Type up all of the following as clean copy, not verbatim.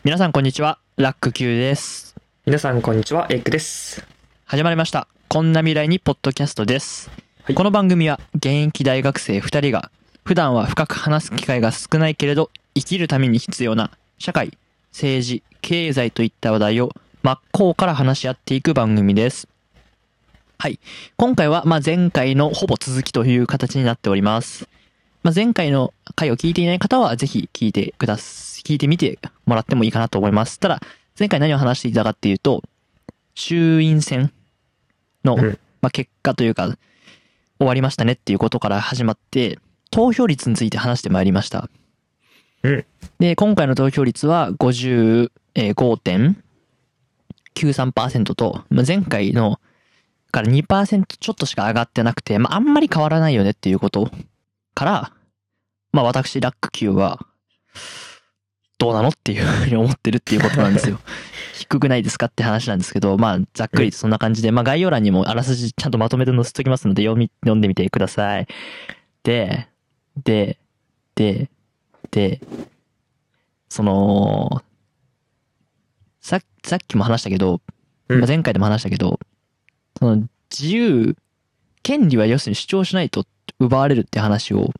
皆さんこんにちは、ラック Q です。 皆さんこんにちは、エッグです。 始まりました。こんな未来にポッドキャストです。 はいこの番組は現役大学生2人が普段は深く話す機会が少ないけれど生きるために必要な社会、政治、経済といった話題を真っ向から話し合っていく番組です。はい。今回は前回のほぼ続きという形になっております。前回の回を聞いていない方はぜひ聞いてみてもらってもいいかなと思います。ただ、前回何を話していたかっていうと、衆院選の、結果というか、終わりましたねっていうことから始まって、投票率について話してまいりました。で、今回の投票率は55.93% と、前回のから 2% ちょっとしか上がってなくて、あんまり変わらないよねっていうことから、私、ラック Q は、どうなのっていうふうに思ってるっていうことなんですよ。低くないですかって話なんですけど、ざっくりそんな感じで、概要欄にもあらすじちゃんとまとめて載せときますので、読んでみてください。で、さっきも話したけど、前回でも話したけど、権利は要するに主張しないと奪われるって話を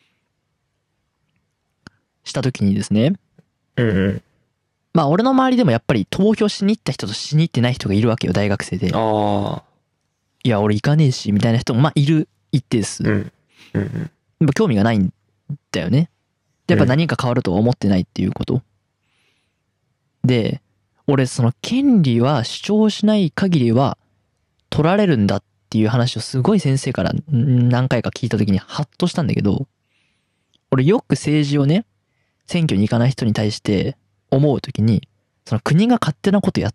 したときにですね、俺の周りでもやっぱり投票しに行った人としに行ってない人がいるわけよ、大学生で。いや、俺行かねえし、みたいな人もいる一定数。やっぱ興味がないんだよね。やっぱ何か変わるとは思ってないっていうこと。で、俺その権利は主張しない限りは取られるんだっていう話をすごい先生から何回か聞いた時にハッとしたんだけど、俺よく政治をね、選挙に行かない人に対して思うときに、その国が勝手なことやって、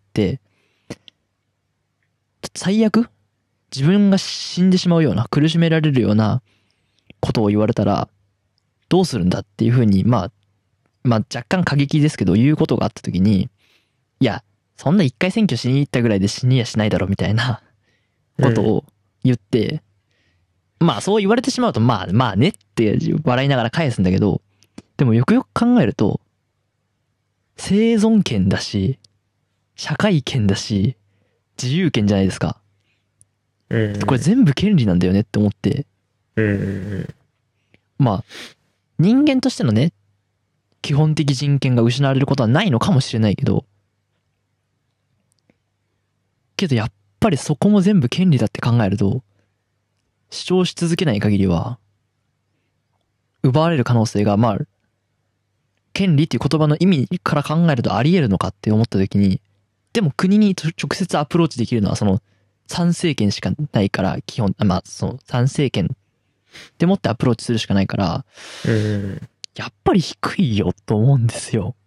最悪自分が死んでしまうような、苦しめられるようなことを言われたら、どうするんだっていうふうに、若干過激ですけど、言うことがあったときに、いや、そんな一回選挙しに行ったぐらいで死にやしないだろみたいなことを言って、そう言われてしまうと、ねって笑いながら返すんだけど、でもよくよく考えると、生存権だし、社会権だし、自由権じゃないですか。これ全部権利なんだよねって思って。人間としてのね、基本的人権が失われることはないのかもしれないけど、やっぱりそこも全部権利だって考えると、主張し続けない限りは、奪われる可能性が、権利っていう言葉の意味から考えるとあり得るのかって思った時に、でも国に直接アプローチできるのはその参政権しかないから、基本、その参政権でもってアプローチするしかないから、やっぱり低いよと思うんですよ。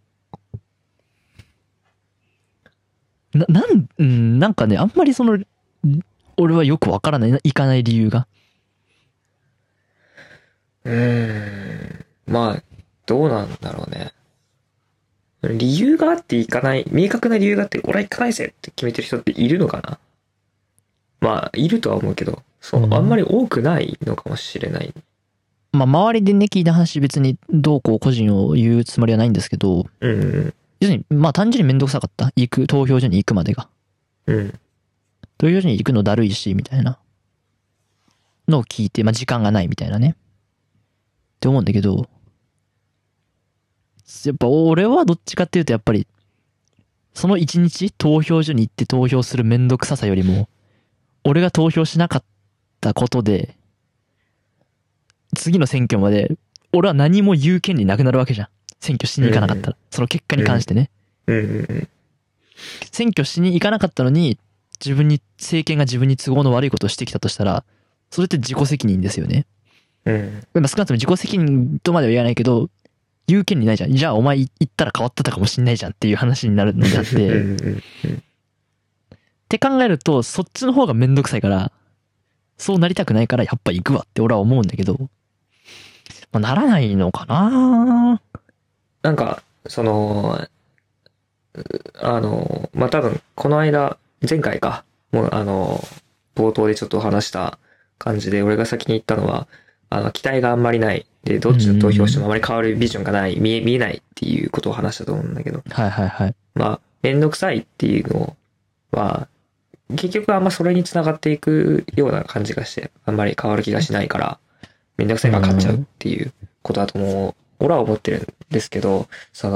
なんかね、あんまり俺はよくわからないな、行かない理由が。 どうなんだろうね。理由があって行かない、明確な理由があって、俺は行かないぜって決めてる人っているのかな。いるとは思うけど、あんまり多くないのかもしれない。 周りでね、聞いた話別にどうこう個人を言うつもりはないんですけど、要するに、単純にめんどくさかった。投票所に行くまでが。投票所に行くのだるいし、みたいなのを聞いて、時間がないみたいなね。って思うんだけど、やっぱ俺はどっちかっていうとやっぱり、その一日投票所に行って投票するめんどくささよりも、俺が投票しなかったことで、次の選挙まで、俺は何も言う権利なくなるわけじゃん。選挙しに行かなかったら。その結果に関してね。選挙しに行かなかったのに、政権が自分に都合の悪いことをしてきたとしたら、それって自己責任ですよね。少なくとも自己責任とまでは言わないけど、言う権利ないじゃん。じゃあお前言ったら変わってたかもしんないじゃんっていう話になるのであって。って考えると、そっちの方がめんどくさいから、そうなりたくないからやっぱ行くわって俺は思うんだけど、ならないのかな。 なんか、多分、この間、前回か、もう冒頭でちょっと話した感じで、俺が先に言ったのは、 期待があんまりない。で、どっちの投票してもあまり変わるビジョンがない、見えないっていうことを話したと思うんだけど。 はいはいはい。 まあ、めんどくさいっていうのは、結局あんまそれに繋がっていくような感じがして、あんまり変わる気がしないから、めんどくさいが勝っちゃうっていうことだと俺は思ってるんですけど、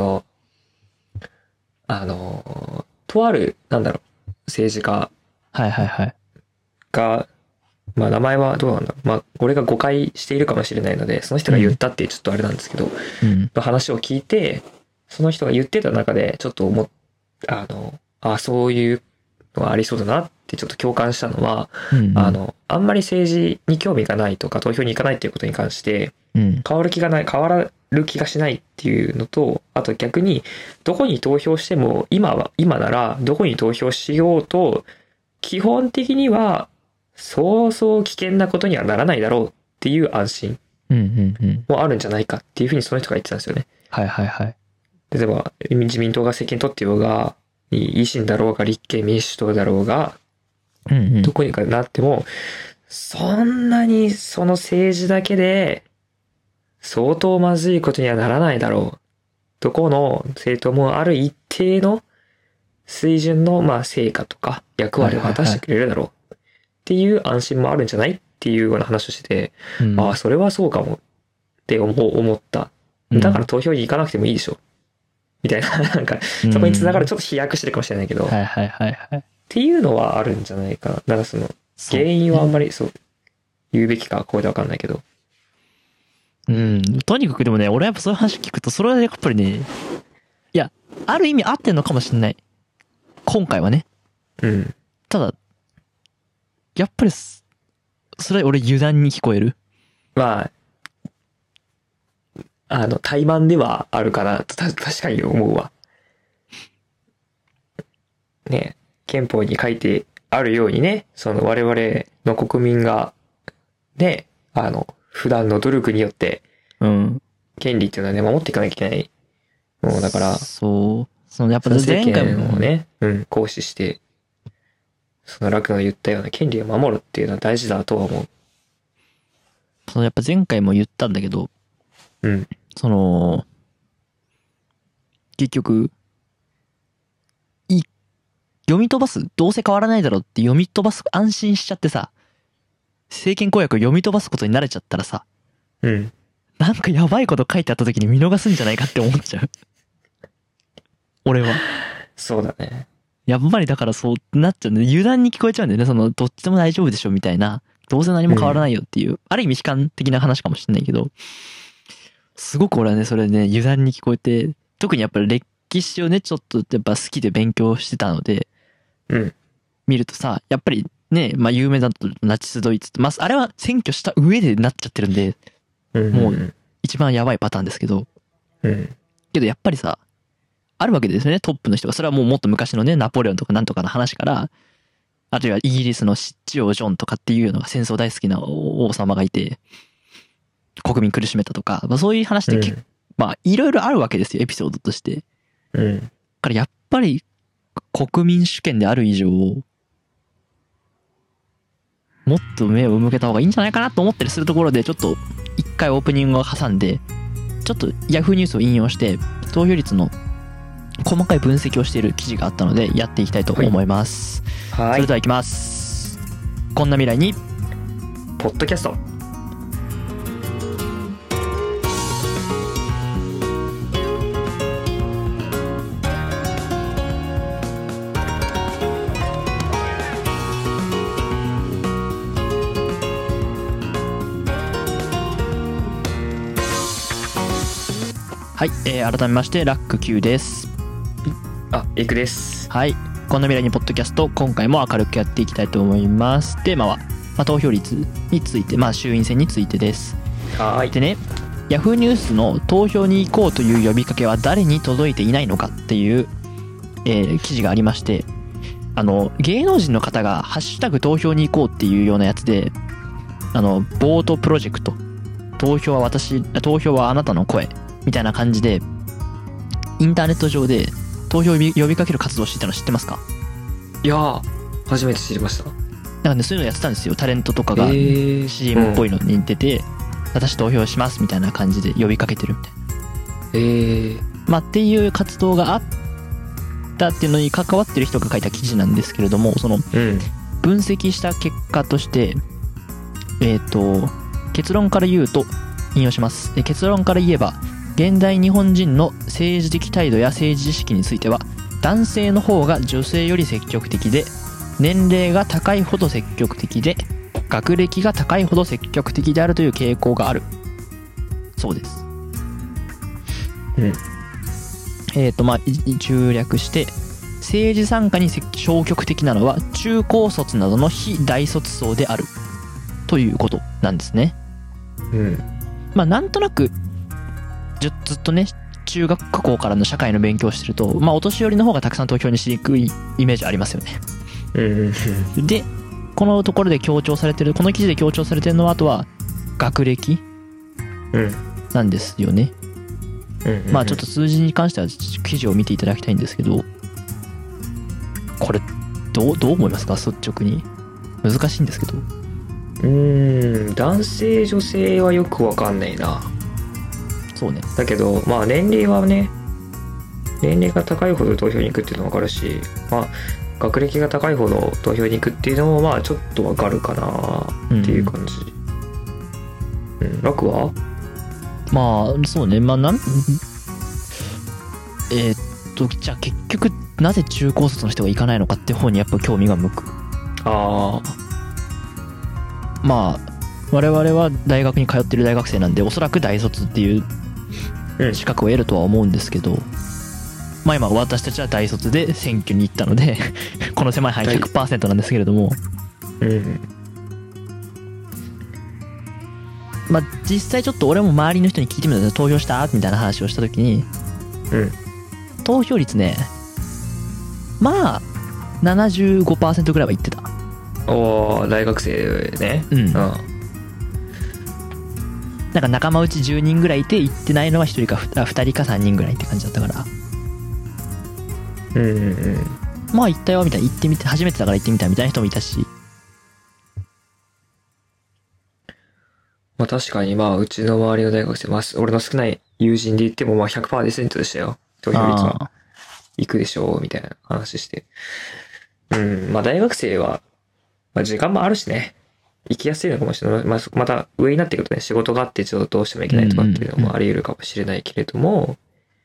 とある、政治家はいはいはい。 が、まあ名前はどうなんだろう。まあ、俺が誤解しているかもしれないので、その人が言ったってちょっとあれなんですけど、話を聞いて、その人が言ってた中で、ちょっとそういうのがありそうだなってちょっと共感したのは、あんまり政治に興味がないとか、投票に行かないっていうことに関して、変わる気がしないっていうのと、あと逆に、どこに投票しても、今なら、どこに投票しようと、基本的には、そうそう危険なことにはならないだろうっていう安心もあるんじゃないかっていうふうにその人が言ってたんですよね。 はいはいはい。 例えば、自民党が政権取ってようが、維新だろうが、立憲民主党だろうが、どこにかなっても、そんなにその政治だけで、相当まずいことにはならないだろう。どこの政党もある一定の水準の成果とか役割を果たしてくれるだろう。っていう安心もあるんじゃないっていうような話をしてて、ああ、それはそうかもって思った。だから投票に行かなくてもいいでしょ。みたいな、そこに繋がるちょっと飛躍してるかもしれないけど、っていうのはあるんじゃないかな。原因はあんまり言うべきか、これでわかんないけど。 とにかくでもね、俺はやっぱそういう話聞くと、それはやっぱりね、いや、ある意味合ってんのかもしれない。今回はね。ただ、やっぱり、それは俺油断に聞こえる。 まあ、怠慢ではあるかなと、確かに思うわ。ね、憲法に書いてあるようにね、我々の国民が、ね、普段の努力によって、権利っていうのはね、守っていかなきゃいけない。もうだから、 やっぱ前回もね、行使して、楽の言ったような権利を守るっていうのは大事だとは思う。 やっぱ前回も言ったんだけど、結局、読み飛ばす、どうせ変わらないだろうって読み飛ばす、安心しちゃってさ、政権公約を読み飛ばすことに慣れちゃったらさ、なんかやばいこと書いてあった時に見逃すんじゃないかって思っちゃう。俺は。 そうだね。 やっぱりだからそうなっちゃうんで、油断に聞こえちゃうんだよね。どっちでも大丈夫でしょみたいな。どうせ何も変わらないよっていう、ある意味悲観的な話かもしれないけど、すごく俺はね、それね、油断に聞こえて、特にやっぱり歴史をね、ちょっとやっぱ好きで勉強してたので、見るとさ、やっぱりね、有名だとナチスドイツって、あれは選挙した上でなっちゃってるんで、もう一番やばいパターンですけど、けどやっぱりさ、あるわけですね、トップの人が。それはもっと昔のね、ナポレオンとかなんとかの話から、あるいはイギリスの七王ジョンとかっていうのが戦争大好きな王様がいて、国民苦しめたとか、そういう話っていろいろあるわけですよ、エピソードとして。だからやっぱり国民主権である以上、もっと目を向けた方がいいんじゃないかなと思ったりするところで、ちょっと一回オープニングを挟んで、ちょっとヤフーニュースを引用して、投票率の細かい分析をしている記事があったので、やっていきたいと思います。それではいきます。こんな未来に、 ポッドキャスト。 はい、改めましてラック Q です。 エクです。 はい、こんな未来にポッドキャスト、今回も明るくやっていきたいと思います。テーマは、投票率について、衆院選についてです。でね、ヤフーニュースの投票に行こうという呼びかけは誰に届いていないのかっていう、記事がありまして、芸能人の方がハッシュタグ投票に行こうっていうようなやつで、ボートプロジェクト、投票はあなたの声みたいな感じで、インターネット上で投票を呼びかける活動をしていたの知ってますか？ いやー、初めて知りました。 なんかね、そういうのやってたんですよ。タレントとかが CM っぽいのに出て、 私投票しますみたいな感じで呼びかけてるみたいな。まあっていう活動があったっていうのに関わってる人が書いた記事なんですけれども、その分析した結果として、結論から言うと、引用します。結論から言えば、現代日本人の政治的態度や政治意識については、男性の方が女性より積極的で、年齢が高いほど積極的で、学歴が高いほど積極的であるという傾向がある。そうです。まあ、中略して、政治参加に消極的なのは中高卒などの非大卒層であるということなんですね。まあなんとなくずっとね中学校からの社会の勉強をしてると、まあお年寄りの方がたくさん投票にしにくいイメージありますよね。でこのところで強調されてる、この記事で強調されてるのは、あとは学歴なんですよね。まあちょっと数字に関しては記事を見ていただきたいんですけど、これどう思いますか、率直に。難しいんですけど。 男性女性はよくわかんないな。 そうね。 だけどまあ年齢はね、年齢が高いほど投票に行くっていうのはわかるし、まあ学歴が高いほど投票に行くっていうのもまあちょっとわかるかなっていう感じ。楽はまあそうね、まあじゃあ結局なぜ中高卒の人が行かないのかって方にやっぱ興味が向く。まあ我々は大学に通ってる大学生なんで、おそらく大卒っていう資格を得るとは思うんですけど、まあ今私たちは大卒で選挙に行ったのでこの狭い範囲 100% なんですけれども、まあ実際ちょっと俺も周りの人に聞いてみたんですよ。投票したみたいな話をした時に、投票率ね、まあ 75% ぐらいは言ってた。 大学生ね。 なんか仲間内10人ぐらいいて行ってないのは1人か2人か3人ぐらいって感じだったから、まあ行ったよみたいな、行ってみて初めてだから行ってみたみたいな人もいたし、 まあ確かに、まあうちの周りの大学生、まあ俺の少ない友人で言ってもまあ 100% でしたよ。投票率は行くでしょうみたいな話して、まあ大学生はまあ時間もあるしね、行きやすいのかもしれない。また上になってくるとね、仕事があってちょっとどうしても行けないとかっていうのもあり得るかもしれないけれども、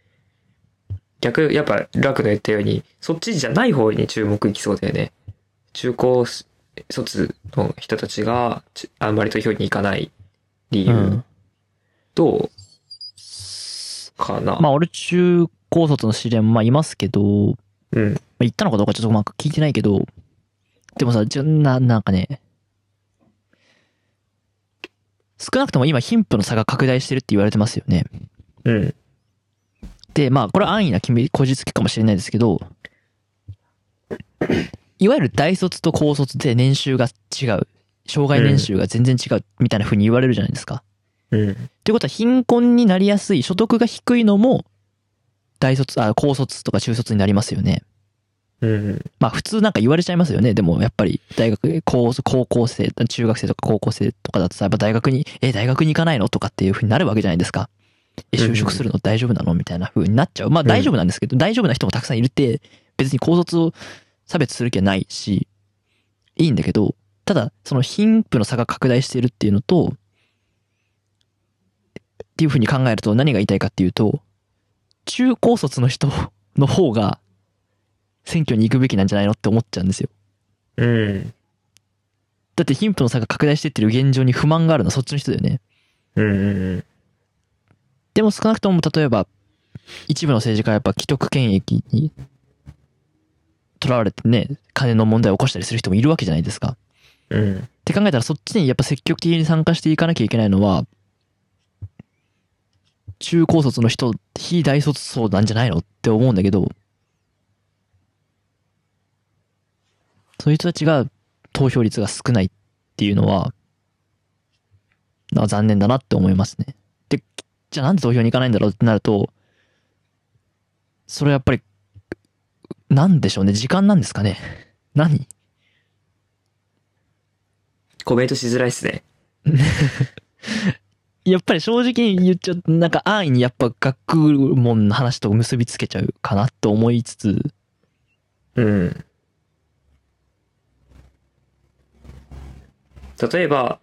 やっぱ楽の言ったように、そっちじゃない方に注目いきそうだよね。中高卒の人たちがあんまり投票に行かない理由、どうかな。 まあ俺中高卒の知り合いもまあいますけど、まあ行ったのかどうかちょっとまあ聞いてないけど、でもさ、なんかね、少なくとも今貧富の差が拡大してるって言われてますよね。で、まあこれは安易なこじつけかもしれないですけど、いわゆる大卒と高卒で年収が違う、障害年収が全然違うみたいな風に言われるじゃないですか。っていうことは貧困になりやすい、所得が低いのも高卒とか中卒になりますよね。まあ普通なんか言われちゃいますよね。でもやっぱり大学、高校生、中学生とか高校生とかだとさ、やっぱ大学に行かないのとかっていう風になるわけじゃないですか。就職するの大丈夫なのみたいな風になっちゃう。まあ大丈夫なんですけど、大丈夫な人もたくさんいるって、別に高卒を差別する気はないし、いいんだけど、ただその貧富の差が拡大しているっていうのと、っていう風に考えると何が言いたいかっていうと、中高卒の人の方が選挙に行くべきなんじゃないのって思っちゃうんですよ。だって貧富の差が拡大していってる現状に不満があるのはそっちの人だよね。でも少なくとも例えば一部の政治家はやっぱ既得権益にとらわれてね、金の問題を起こしたりする人もいるわけじゃないですか。って考えたらそっちにやっぱ積極的に参加していかなきゃいけないのは、中高卒の人、非大卒層なんじゃないのって思うんだけど、そういう人たちが投票率が少ないっていうのは、残念だなって思いますね。で、じゃあなんで投票に行かないんだろうってなると、それやっぱり、なんでしょうね。時間なんですかね。何？ コメントしづらいっすね。 やっぱり正直に言っちゃうと、なんか安易にやっぱ学問の話と結びつけちゃうかなと思いつつ、 うん。例えば、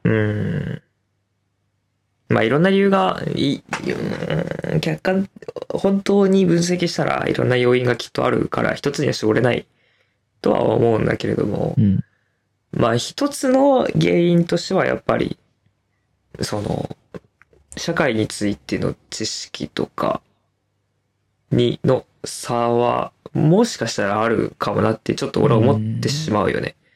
まあいろんな理由が、客観、本当に分析したらいろんな要因がきっとあるから一つには絞れないとは思うんだけれども、 うん。 まあ一つの原因としてはやっぱり、社会についての知識とかの差は、もしかしたらあるかもなってちょっと俺は思ってしまうよね。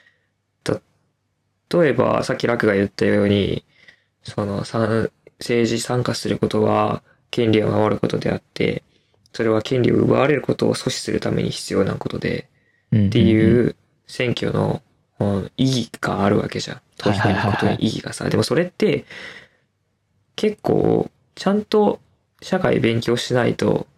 例えば、さっき楽が言ったように、政治参加することは権利を守ることであって、それは権利を奪われることを阻止するために必要なことで、っていう選挙の意義があるわけじゃん。投票に行くことに意義がさ。でもそれって、結構、ちゃんと社会勉強しないと、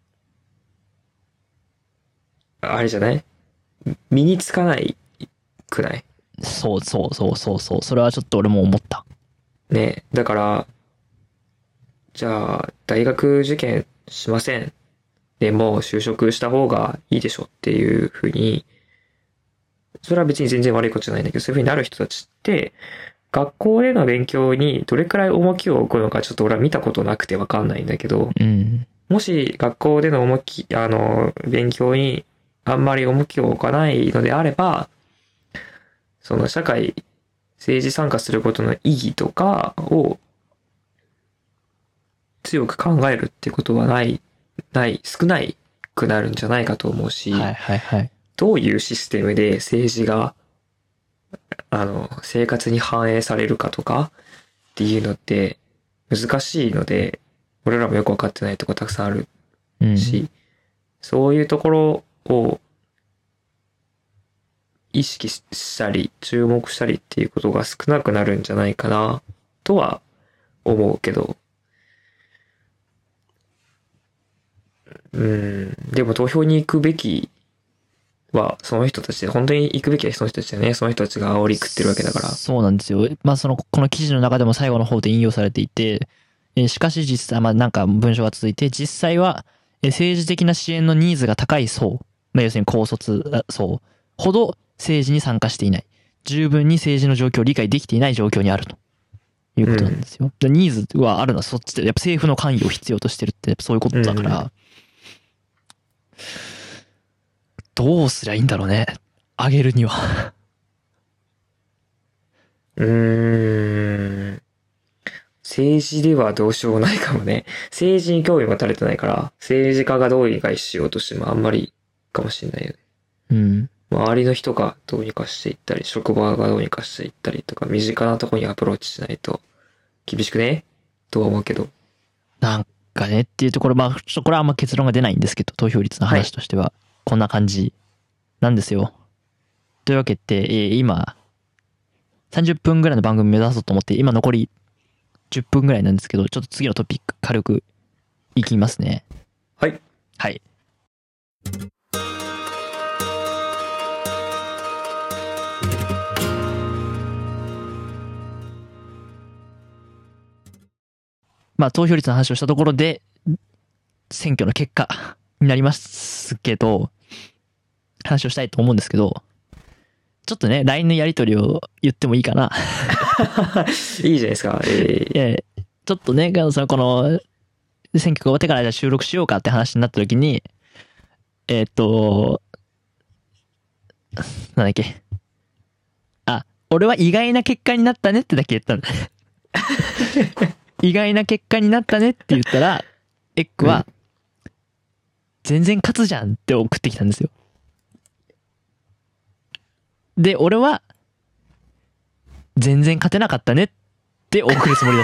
あれじゃない？身につかないくない？ そう。それはちょっと俺も思った。 ね。だから、じゃあ、大学受験しません。でも、就職した方がいいでしょっていうふうに、それは別に全然悪いことじゃないんだけど、そういうふうになる人たちって、学校での勉強にどれくらい重きを置くのかちょっと俺は見たことなくてわかんないんだけど、もし学校での勉強にあんまり重きを置かないのであれば、その政治参加することの意義とかを強く考えるってことは少ないくなるんじゃないかと思うし、どういうシステムで政治が、生活に反映されるかとかっていうのって難しいので、俺らもよくわかってないとこたくさんあるし、そういうところを意識したり、注目したりっていうことが少なくなるんじゃないかな、とは思うけど。でも投票に行くべきは、その人たちで、本当に行くべきはその人たちだよね。その人たちが煽り食ってるわけだから。 そうなんですよ。まあこの記事の中でも最後の方で引用されていて、しかし実際、なんか文章が続いて、実際は、政治的な支援のニーズが高い層、要するに高卒層ほど政治に参加していない。十分に政治の状況を理解できていない状況にあるということなんですよ。ニーズはあるのはそっちで、やっぱ政府の関与を必要としてるってそういうことだから、どうすりゃいいんだろうね。上げるには。 政治ではどうしようもないかもね。政治に興味持たれてないから、政治家がどうにかしようとしてもあんまりかもしれないよね。周りの人がどうにかしていったり、職場がどうにかしていったりとか、身近なところにアプローチしないと厳しくねとは思うけど。 なんかねっていうところ、これはあんま結論が出ないんですけど、投票率の話としては、こんな感じなんですよ。というわけで、今、30分ぐらいの番組目指そうと思って、今残り10分ぐらいなんですけど、ちょっと次のトピック軽くいきますね。 はい。 はい。投票率の話をしたところで、選挙の結果になりますけど、話をしたいと思うんですけど、ちょっとね、LINE のやり取りを言ってもいいかな。 いいじゃないですか。 ちょっとね、この、選挙が終わってからじゃあ収録しようかって話になった時に、なんだっけ。俺は意外な結果になったねってだけ言ったんだ。意外な結果になったねって言ったら、エッグは、全然勝つじゃんって送ってきたんですよ。で、俺は、全然勝てなかったねって送るつもりだった。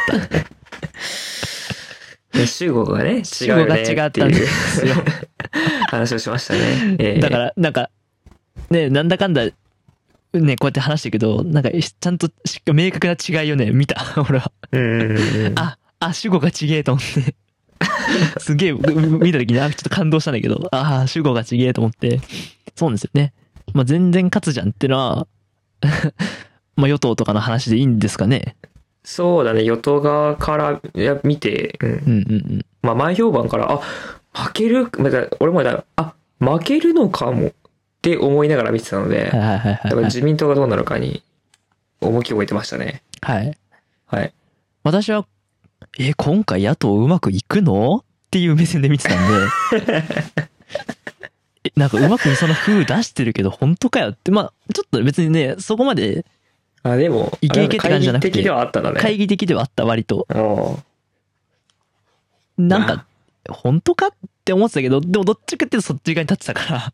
主語がね、 主語が違ったんですよ。 話をしましたね。 だから、なんか、ね、なんだかんだ、ね、こうやって話してるけど、なんか、ちゃんと明確な違いをね、見た、俺は。主語が違えと思って。すげえ、見た時に、ちょっと感動したんだけど、主語が違えと思って。そうですよね。全然勝つじゃんってのは、与党とかの話でいいんですかね。 そうだね、与党側から見て、 うんうんまあ前評判から、負ける、俺も負けるのかもって思いながら見てたので、 はいはいはいはい、 だから自民党がどうなるかに重きを置いてましたね。 はい。 はい。 私は、今回野党うまくいくのっていう目線で見てたんで、なんかうまくいそうな風出してるけど、本当かよって、まあ、ちょっと別にね、そこまで、 でも、 イケイケって感じじゃなくて、 懐疑的ではあったんだね。 懐疑的ではあった、割と。なんか、本当かって思ってたけど、でもどっちかっていうとそっち側に立ってたから、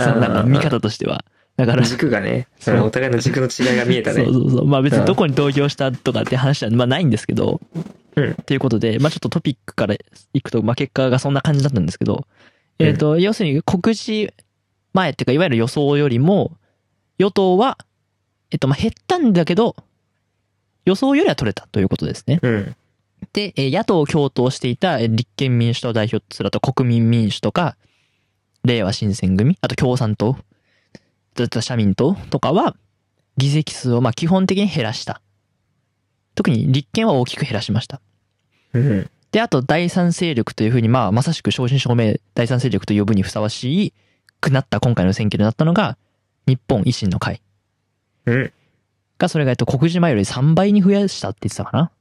そのなんか見方としては。だから。 軸がね、お互いの軸の違いが見えたね。 そうそうそう。まあ別にどこに投票したとかって話は、まあないんですけど、っていうことで、まあちょっとトピックからいくと、まあ結果がそんな感じだったんですけど、要するに告示前っていうか、いわゆる予想よりも、与党は、まあ減ったんだけど、予想よりは取れたということですね。で、野党を共闘していた立憲民主党代表すると国民民主とか、令和新選組、あと共産党、社民党とかは、議席数をまあ基本的に減らした。特に立憲は大きく減らしました。で、あと第三勢力というふうに、まあまさしく正真正銘第三勢力と呼ぶにふさわしくなった今回の選挙になったのが、日本維新の会。が、それが告示前より3倍に増やしたって言ってたかな。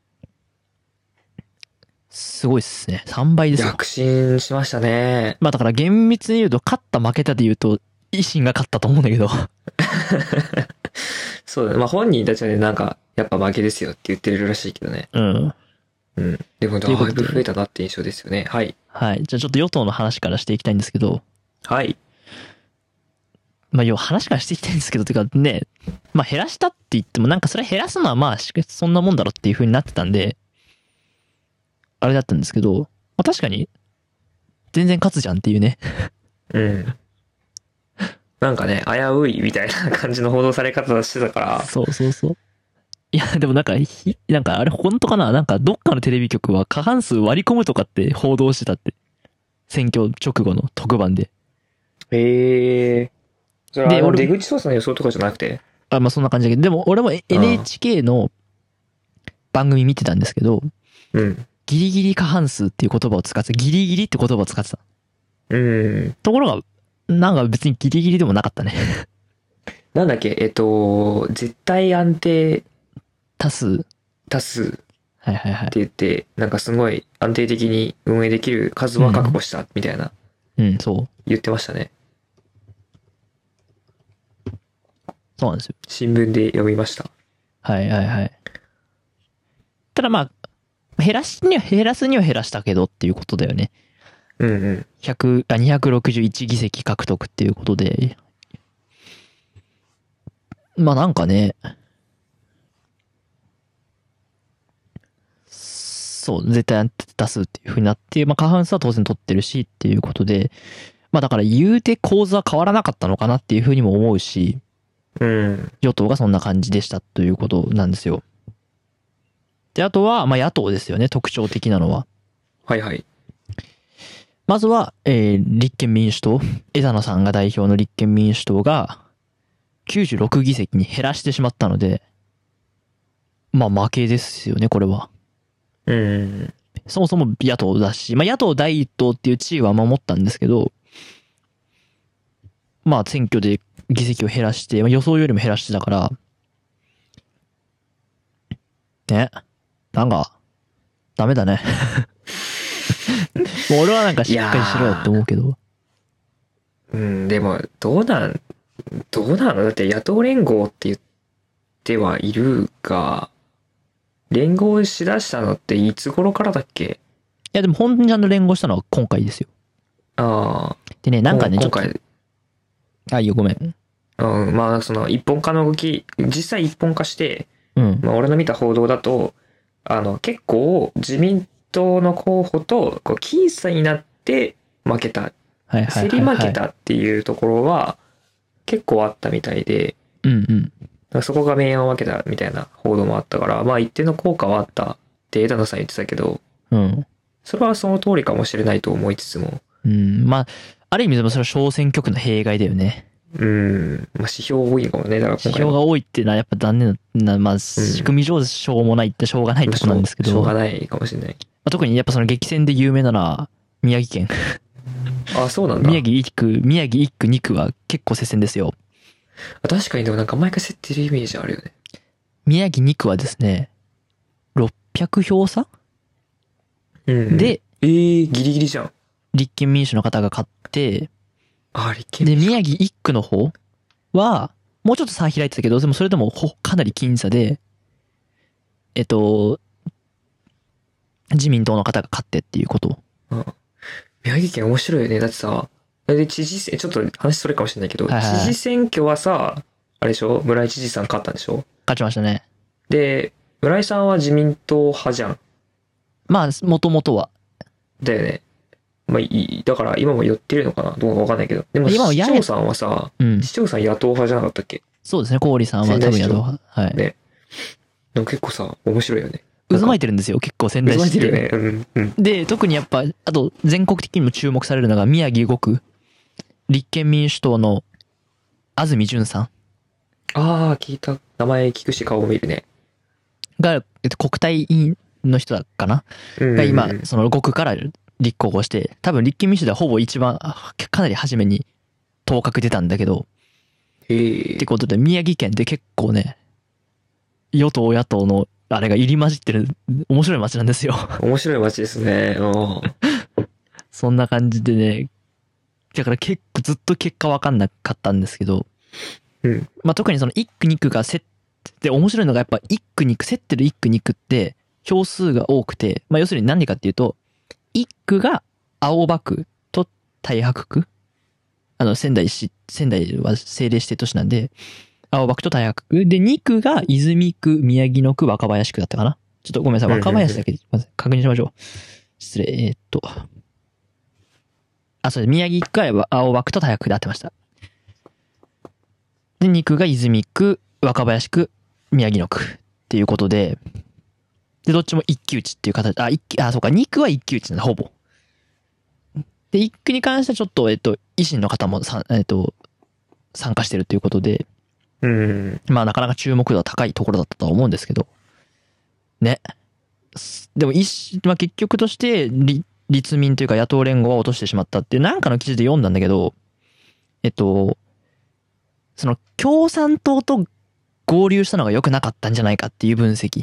すごいっすね。3倍ですよ。 躍進しましたね。 まあだから厳密に言うと、勝った負けたで言うと、維新が勝ったと思うんだけど。 そうだね。まあ本人たちはね、なんか、やっぱ負けですよって言ってるらしいけどね。でも、だいぶ増えたなって印象ですよね。はい。 はい。じゃあちょっと与党の話からしていきたいんですけど。 はい。 まあ話からしていきたいんですけど、てかね、まあ減らしたって言ってもなんかそれ減らすのはまあそんなもんだろっていう風になってたんで、あれだったんですけど、まあ確かに、全然勝つじゃんっていうね。 なんかね、危ういみたいな感じの報道され方してたから。 そうそうそう。いや、でもなんかあれ本当かな、なんかどっかのテレビ局は過半数割り込むとかって報道してたって。選挙直後の特番で。 それは出口調査の予想とかじゃなくて？ まあそんな感じだけど、でも俺も NHK の番組見てたんですけど、ギリギリ過半数っていう言葉を使ってた。ギリギリって言葉を使ってた。ところが、なんか別にギリギリでもなかったね。 なんだっけ、絶対安定多数。 はいはいはい。って言って、なんかすごい安定的に運営できる数は確保したみたいな。 そう。 言ってましたね。 そうなんですよ。 新聞で読みました。 はいはいはい。ただまあ、減らすには減らしたけどっていうことだよね。261議席獲得っていうことで。まあなんかね、そう、絶対多数っていう風になって、まあ過半数は当然取ってるしっていうことで、まあだから言うて構図は変わらなかったのかなっていう風にも思うし、与党がそんな感じでしたということなんですよ。で、あとは、まあ野党ですよね、特徴的なのは。 はいはい。 まずは、立憲民主党、枝野さんが代表の立憲民主党が、96議席に減らしてしまったので、まあ負けですよね、これは。そもそも野党だし、まあ野党第一党っていう地位は守ったんですけど、まあ選挙で議席を減らして、まあ、予想よりも減らしてたから、ね、なんか、ダメだね。もう俺はなんかしっかりしろよって思うけど。 でも、どうなのだって野党連合って言ってはいるが、連合しだしたのっていつ頃からだっけ？ いやでも本当にちゃんと連合したのは今回ですよ。でね、なんかね、ちょっと。いいよ、ごめん。 まあ、その一本化の動き、実際一本化して、まあ俺の見た報道だと、結構自民党の候補と僅差になって負けた。競り負けたっていうところは結構あったみたいで、そこが明暗を分けたみたいな報道もあったから、まあ一定の効果はあったって枝野さん言ってたけど、それはその通りかもしれないと思いつつも。 まあ、ある意味でもそれは小選挙区の弊害だよね。 まあ指標多いのかもね。だから指標が多いっていうのはやっぱ残念な、まあ仕組み上しょうもないってしょうがないとこなんですけど。 しょうがないかもしれない。 まあ、特にやっぱその激戦で有名なのは宮城県。 あ、そうなんだ。 宮城1区2区は結構接戦ですよ。 確かにでもなんか毎回競ってるイメージあるよね。 宮城2区はですね、600票差で、 ギリギリじゃん。 立憲民主の方が勝って、 立憲で、宮城1区の方は、もうちょっと差開いてたけど、でもそれでもかなり僅差で、自民党の方が勝ってっていうこと。 宮城県面白いよね。だってさ、で、知事選、ちょっと話それかもしれないけど、 はいはいはい、 知事選挙はさ、あれでしょ、村井知事さん勝ったんでしょ。 勝ちましたね。 で、村井さんは自民党派じゃん。 まあ、もともとは。 だよね。まあ、だから今も寄ってるのかなどうかわかんないけど。でも、市長さんはさ、市長さん野党派じゃなかったっけ。 そうですね、郡さんは多分野党派。はい。 ね。でも結構さ、面白いよね。 渦巻いてるんですよ、結構仙台市って。 渦巻いてるね。 で、特にやっぱ、あと、全国的にも注目されるのが宮城5区。立憲民主党の安住淳さん。 聞いた。名前聞くし顔も見るね。 が、国対委員の人だかな、が今、その5区から立候補して、多分立憲民主ではほぼ一番、かなり初めに当確出たんだけど、ってことで宮城県って結構ね、与党野党のあれが入り混じってる面白い街なんですよ。 面白い街ですね。 そんな感じでね、だから結構ずっと結果わかんなかったんですけど、まあ特にその1区2区が競って面白いのがやっぱ1区2区、競ってる1区2区って票数が多くて、まあ要するに何かっていうと、1区が青葉区と太白区、仙台は政令指定都市なんで、青葉区と太白区で、2区が泉区、宮城野区、若林区だったかな。ちょっとごめんなさい、若林だけまず確認しましょう。失礼、そうです。宮城区が青葉区と太白区で合ってました。で、2区が泉区、若林区、宮城野区っていうことで、で、どっちも一騎打ちっていう形、そうか、2区は一騎打ちなんだ、ほぼ。で、1区に関してはちょっと、維新の方も参加してるということで、まあ、なかなか注目度は高いところだったとは思うんですけど、ね。でも、まあ、結局として、立民というか野党連合は落としてしまったっていう、なんかの記事で読んだんだけど、その、共産党と合流したのが良くなかったんじゃないかっていう分析。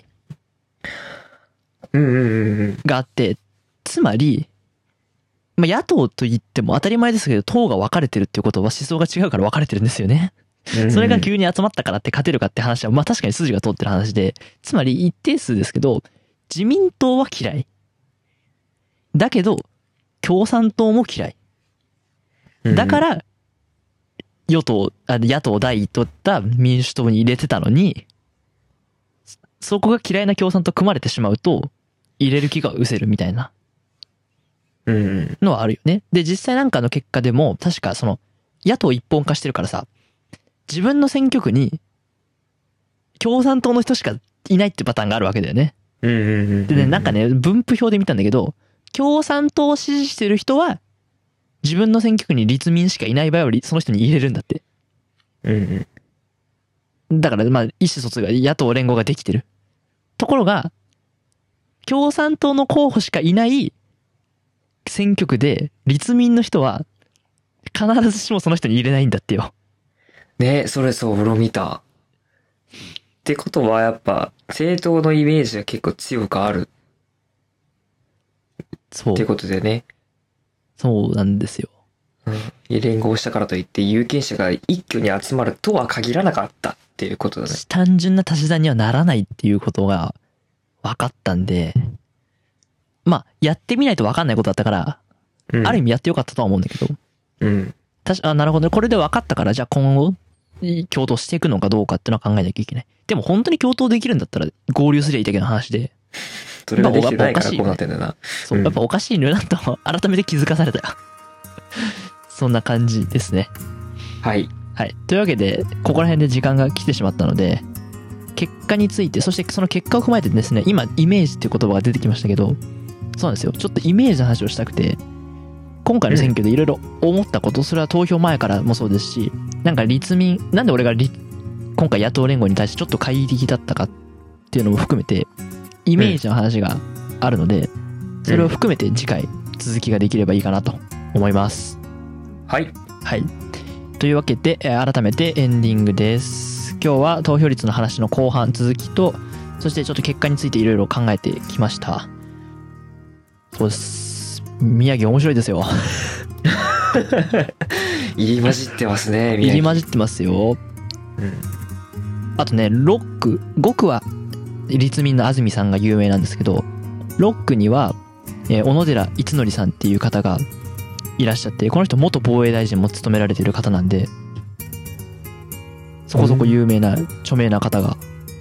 があって、つまり、まあ、野党と言っても当たり前ですけど、党が分かれてるっていうことは思想が違うから分かれてるんですよね。それが急に集まったからって勝てるかって話は、まあ確かに筋が通ってる話で、つまり一定数ですけど、自民党は嫌い。だけど、共産党も嫌い。だから、野党第一取った民主党に入れてたのに、そこが嫌いな共産と組まれてしまうと、入れる気が失せるみたいな。のはあるよね。で、実際なんかの結果でも、確かその、野党一本化してるからさ、自分の選挙区に、共産党の人しかいないってパターンがあるわけだよね。でね、なんかね、分布表で見たんだけど、共産党を支持してる人は、自分の選挙区に立民しかいない場合は、その人に入れるんだって。だから、まあ、意思疎通が野党連合ができてる。ところが、共産党の候補しかいない選挙区で、立民の人は、必ずしもその人に入れないんだってよ。 ね、それそう、俺も見た。ってことは、やっぱ、政党のイメージが結構強くある。 そう。 ってことでね。 そうなんですよ。 連合したからといって有権者が一挙に集まるとは限らなかったっていうことだね。 単純な足し算にはならないっていうことが分かったんで、まあ、やってみないと分かんないことだったから、ある意味やってよかったとは思うんだけど。なるほどね。これで分かったから、じゃあ今後、共闘していくのかどうかっていうのは考えなきゃいけない。でも本当に共闘できるんだったら合流すりゃいいだけの話で。 それができてないからこうなってんだな。 そう、やっぱおかしいのよなと改めて気づかされたよ。そんな感じですね。 はい。 はい。というわけで、ここら辺で時間が来てしまったので、結果について、そしてその結果を踏まえてですね、今、イメージっていう言葉が出てきましたけど、そうなんですよ。ちょっとイメージの話をしたくて、 今回の選挙でいろいろ思ったこと、それは投票前からもそうですし、なんか立民、なんで俺が今回野党連合に対してちょっと懐疑的だったかっていうのも含めて、イメージの話があるので、それを含めて次回続きができればいいかなと思います。 はい。 はい。というわけで、改めてエンディングです。今日は投票率の話の後半続きと、そしてちょっと結果についていろいろ考えてきました。そうです。宮城面白いですよ。 入り混じってますね、 入り混じってますよ。あとね、5区は立民の安住さんが有名なんですけど、6区には、小野寺逸則さんっていう方がいらっしゃって、この人元防衛大臣も務められている方なんで、そこそこ有名な、著名な方が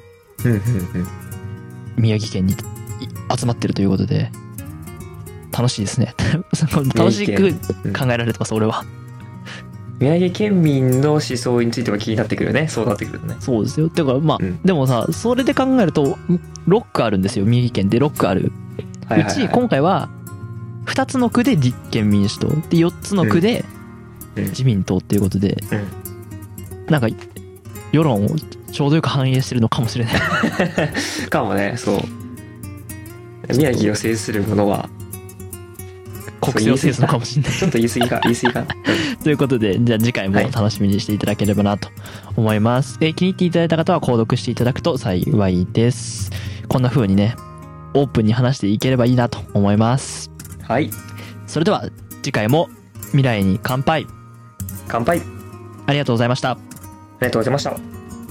宮城県に集まってるということで、楽しいですね。楽しく考えられてます、俺は。 宮城県民の思想については気になってくるね。そうなってくるとね。 そうですよ。だからまあ、でもさ、それで考えると6区あるんですよ。宮城県で6区ある。うち今回は2つの区で立憲民主党で4つの区で自民党っていうことで、なんか世論をちょうどよく反映してるのかもしれない。 かもね。そう。宮城を制するものは国政を制すのかもしれない。 ちょっと言い過ぎか。 ということで、じゃあ次回も楽しみにしていただければなと思います。気に入っていただいた方は購読していただくと幸いです。こんな風にね、オープンに話していければいいなと思います。 はい。 それでは次回も未来に乾杯。 乾杯。 ありがとうございました。 ありがとうございました。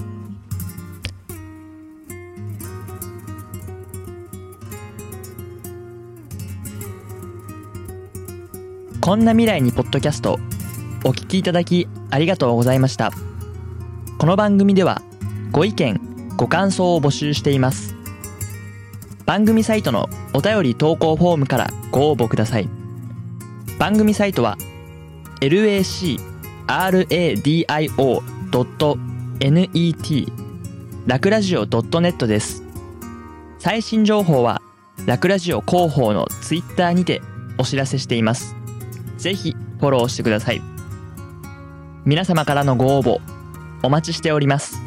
こんな未来にポッドキャスト、お聞きいただきありがとうございました。この番組ではご意見、ご感想を募集しています。番組サイトのお便り投稿フォームからご応募ください。番組サイトは lacradio.net ラクラジオ .net です。最新情報はラクラジオ広報のツイッターにてお知らせしています。ぜひフォローしてください。皆様からのご応募お待ちしております。